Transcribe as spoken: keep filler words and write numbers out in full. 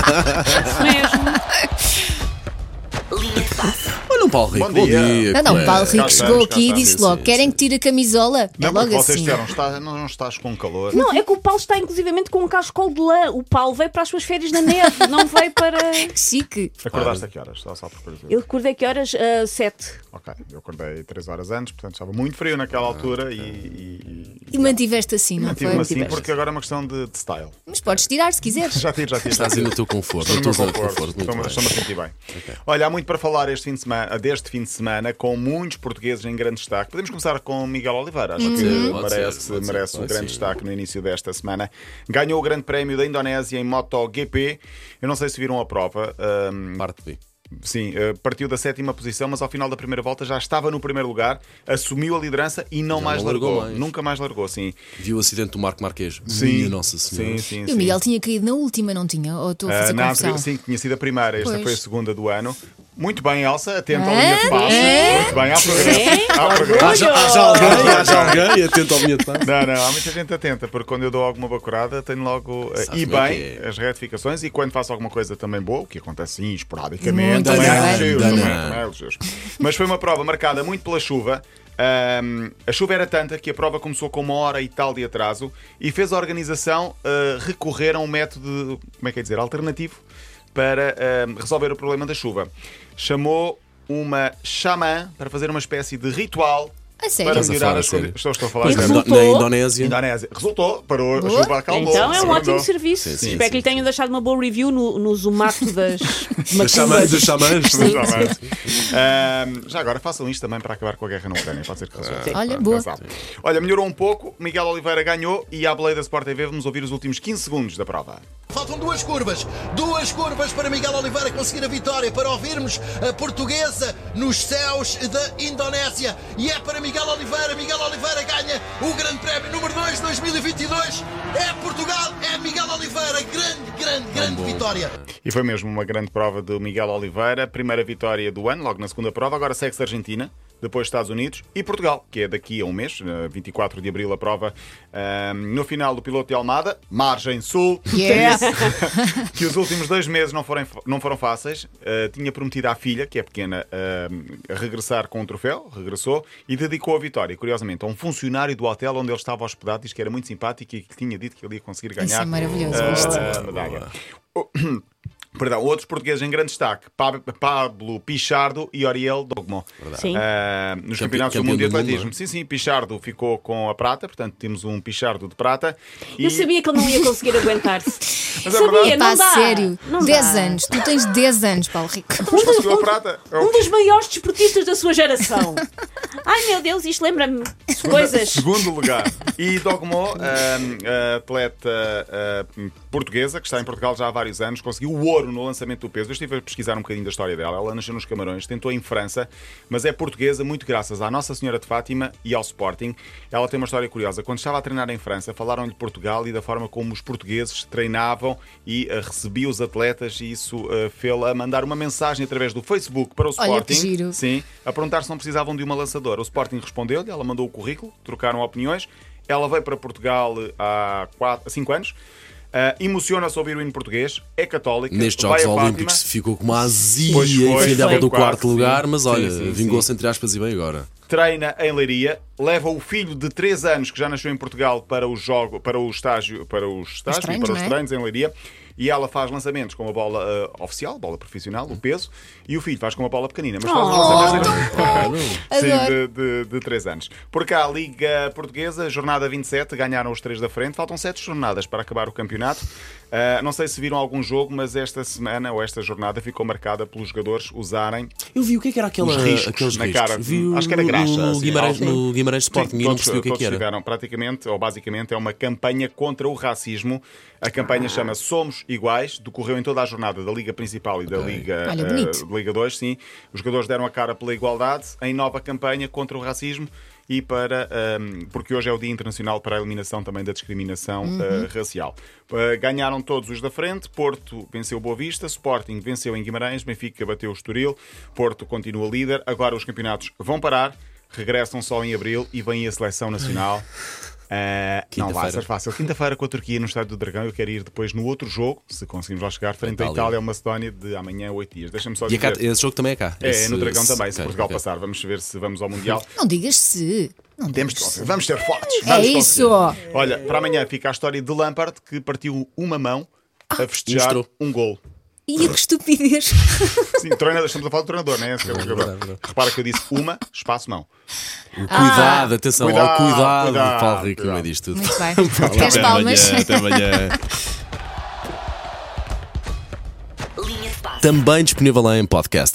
Isso mesmo. Olha um Paulo Rico, Bom bom dia. dia. Não, não, o Paulo Rico Cá chegou estamos, cá aqui e estamos. disse Sim, logo: sim, querem sim. que tire a camisola? É Não, porque logo vocês assim. disseram, está, não, não estás com calor. Não, é que o Paulo está inclusivamente com um cachecol de lã. O Paulo veio para as suas férias na neve, não veio para. Que chique. Acordaste a que horas? Só, só por curiosidade. Eu acordei que horas? Uh, sete. Ok, eu acordei três horas antes, portanto estava muito frio naquela altura e. E, E mantiveste assim, não mantive-me foi? assim Mantiveste. porque agora é uma questão de, de style. Mas podes tirar se quiseres. Já tiro, já tiro. Estás aí no teu conforto, Estou na no meu tua zona de conforto. conforto. Muito Estou-me bem. estou-me a sentir bem. Olha, há muito para falar este fim de semana, deste fim de semana, com muitos portugueses em grande destaque. Podemos começar com Miguel Oliveira, acho que ser, pode merece, ser, pode ser, merece um pode grande sim. destaque no início desta semana. Ganhou o Grande Prémio da Indonésia em MotoGP. Eu não sei se viram a prova. hum, Parte B. Sim, eh, partiu da sétima posição, mas ao final da primeira volta já estava no primeiro lugar, assumiu a liderança e não Já mais não largou largou. mais. Nunca mais largou, sim. Viu o acidente do Marco Marquês. Sim, Minha Nossa Senhora. sim, sim, E sim. o Miguel tinha caído na última, não tinha? Ou estou a Ah, fazer na confusão? anterior, sim, tinha sido a primeira, esta Pois. foi a segunda do ano. Muito bem, Elsa, atenta ao Ah, linha de passe. é? Muito bem, há progresso. É? Há progresso. Haja, haja alguém, haja alguém, atento ao minha parte. Não, não, há muita gente atenta, porque quando eu dou alguma bacurada, tenho logo. eh, Sabes e como é bem, que é? as retificações, e quando faço alguma coisa também boa, o que acontece sim, esporadicamente, Muito também bem. é elogio, Dana. também é elogio. Mas foi uma prova marcada muito pela chuva. Ahm, a chuva era tanta que a prova começou com uma hora e tal de atraso e fez a organização ah, recorrer a um método, como é que é dizer, alternativo para ahm, resolver o problema da chuva. Chamou uma xamã para fazer uma espécie de ritual A sério? para Estás a melhorar falar a as sério? condições. Estou, estou a falar Pois, sério. na, Resultou. na Indonésia. Indonésia. Resultou, parou, a Boa. chuva acalmou. Então é um Andou. ótimo serviço. Sim, sim, Espero sim, que lhe sim. tenham deixado uma boa review no, no Zomato das Das xamãs, das xamãs. Mas já vai. Ahm, já agora façam isto também para acabar com a guerra na Ucrânia. Pode ser que resolva. Olha, boa. Exato. Olha, melhorou um pouco. Miguel Oliveira ganhou e à Belém da Sport T V vamos ouvir os últimos quinze segundos da prova. Faltam duas curvas, duas curvas para Miguel Oliveira conseguir a vitória, para ouvirmos a portuguesa nos céus da Indonésia. E é para Miguel Oliveira, Miguel Oliveira ganha o Grande Prémio número dois de dois mil e vinte e dois. É Portugal, é Miguel Oliveira, grande, grande, grande vitória. E foi mesmo uma grande prova do Miguel Oliveira. Primeira vitória do ano, logo na segunda prova. Agora segue-se a Argentina, depois Estados Unidos e Portugal, que é daqui a um mês, eh, vinte e quatro de abril, a prova. Ahm, no final do piloto de Almada, Margem Sul. Yes. Que os últimos dois meses não foram, não foram fáceis. Uh, tinha prometido à filha, que é pequena, uh, a regressar com um troféu, regressou e dedicou a vitória, curiosamente, a um funcionário do hotel onde ele estava hospedado. Diz que era muito simpático e que tinha dito que ele ia conseguir ganhar Isso é maravilhoso, uh, viste? a medalha. Oh, Perdão, outros portugueses em grande destaque: Pa- Pablo Pichardo e Oriel Dogmo. Sim. Uh, nos Campe- campeonatos do campeão mundo de do mundo, atletismo. não é? Sim, sim, Pichardo ficou com a prata, portanto temos um Pichardo de prata. Eu E- sabia que ele não ia conseguir aguentar-se. Mas é Sabia, verdade. não Pá, dá. sério, Não dez dá. anos. Tu tens dez anos, Paulo Rico. Mas conseguiu a prata. É o- Um dos maiores desportistas da sua geração. Ai meu Deus, isto lembra-me de coisas. Segundo lugar. E Dogmo, hum, a atleta hum, portuguesa, que está em Portugal já há vários anos, conseguiu o ouro no lançamento do peso. Eu estive a pesquisar um bocadinho da história dela. Ela nasceu nos Camarões, tentou em França, mas é portuguesa muito graças à Nossa Senhora de Fátima e ao Sporting. Ela tem uma história curiosa. Quando estava a treinar em França, falaram-lhe de Portugal e da forma como os portugueses treinavam e uh, recebiam os atletas, e isso uh, fê-la mandar uma mensagem através do Facebook para o Olha, Sporting. que giro. Sim, a perguntar se não precisavam de uma lançadora. O Sporting respondeu-lhe, ela mandou o currículo, trocaram opiniões. Ela veio para Portugal há cinco anos. Uh, Emociona-se a ouvir o hino português, é católica, Nestes vai Jogos a Olímpicos Fátima, ficou com uma azia Pois e foi, filhava foi. do Quase, quarto sim. lugar, mas Sim, olha, sim, vingou-se sim. entre aspas e bem agora. treina em Leiria, leva o filho de três anos que já nasceu em Portugal para o jogo, para o estágio, para os estágios, treinos, para os não é? treinos em Leiria. E ela faz lançamentos com uma bola uh, oficial, bola profissional, o peso, e o filho faz com uma bola pequenina, mas faz Oh, lançamentos Claro. Sim, Adoro. de, de, de três anos. Por cá, a Liga Portuguesa, jornada vinte e sete, ganharam os três da frente. Faltam sete jornadas para acabar o campeonato. Uh, não sei se viram algum jogo, mas esta semana ou esta jornada ficou marcada pelos jogadores usarem Eu vi o que é que era aquela, Os riscos aqueles na riscos. cara. Vi Acho que era no- graxa, No assim, Guimarães, algo. no Guimarães Sporting e não todos, percebi o que é todos que era. tiveram, praticamente, ou basicamente, é uma campanha contra o racismo. A campanha chama Somos Iguais, decorreu em toda a jornada da Liga Principal e da Liga, Olha, eh, bonito. Liga dois, sim. Os jogadores deram a cara pela igualdade em nova campanha contra o racismo e para, ehm, porque hoje é o Dia Internacional para a Eliminação também da Discriminação eh, racial. Eh, ganharam todos os da frente, Porto venceu Boa Vista, Sporting venceu em Guimarães, Benfica bateu o Estoril, Porto continua líder. Agora os campeonatos vão parar, regressam só em abril e vem a Seleção Nacional. Uh, não vai Quinta-feira. ser fácil. Quinta-feira com a Turquia no Estádio do Dragão. Eu quero ir depois no outro jogo, se conseguimos lá chegar, frente à Itália. Itália, Macedónia, de amanhã a oito dias. Deixa-me só E é dizer. cá, esse jogo também é cá. É, Esse- no Dragão também, se ok, Portugal ok. passar. Vamos ver se vamos ao Mundial. Não digas se. Não Temos digas de, se. vamos ser fortes. É Vamos isso. conseguir. Olha, para amanhã fica a história de Lampard, que partiu uma mão a festejar Mostrou. um gol. E que estupidez. Sim, treinador, estamos a falar do treinador, não é? Esse que é o jogador. Repara que eu disse uma, espaço mão. O cuidado, atenção, Cuidado, ao cuidado, cuidado, Paulo Rico, no cuidado. meio disto tudo. Muito bem. Até Queres palmas? amanhã, até amanhã. Também disponível em podcast.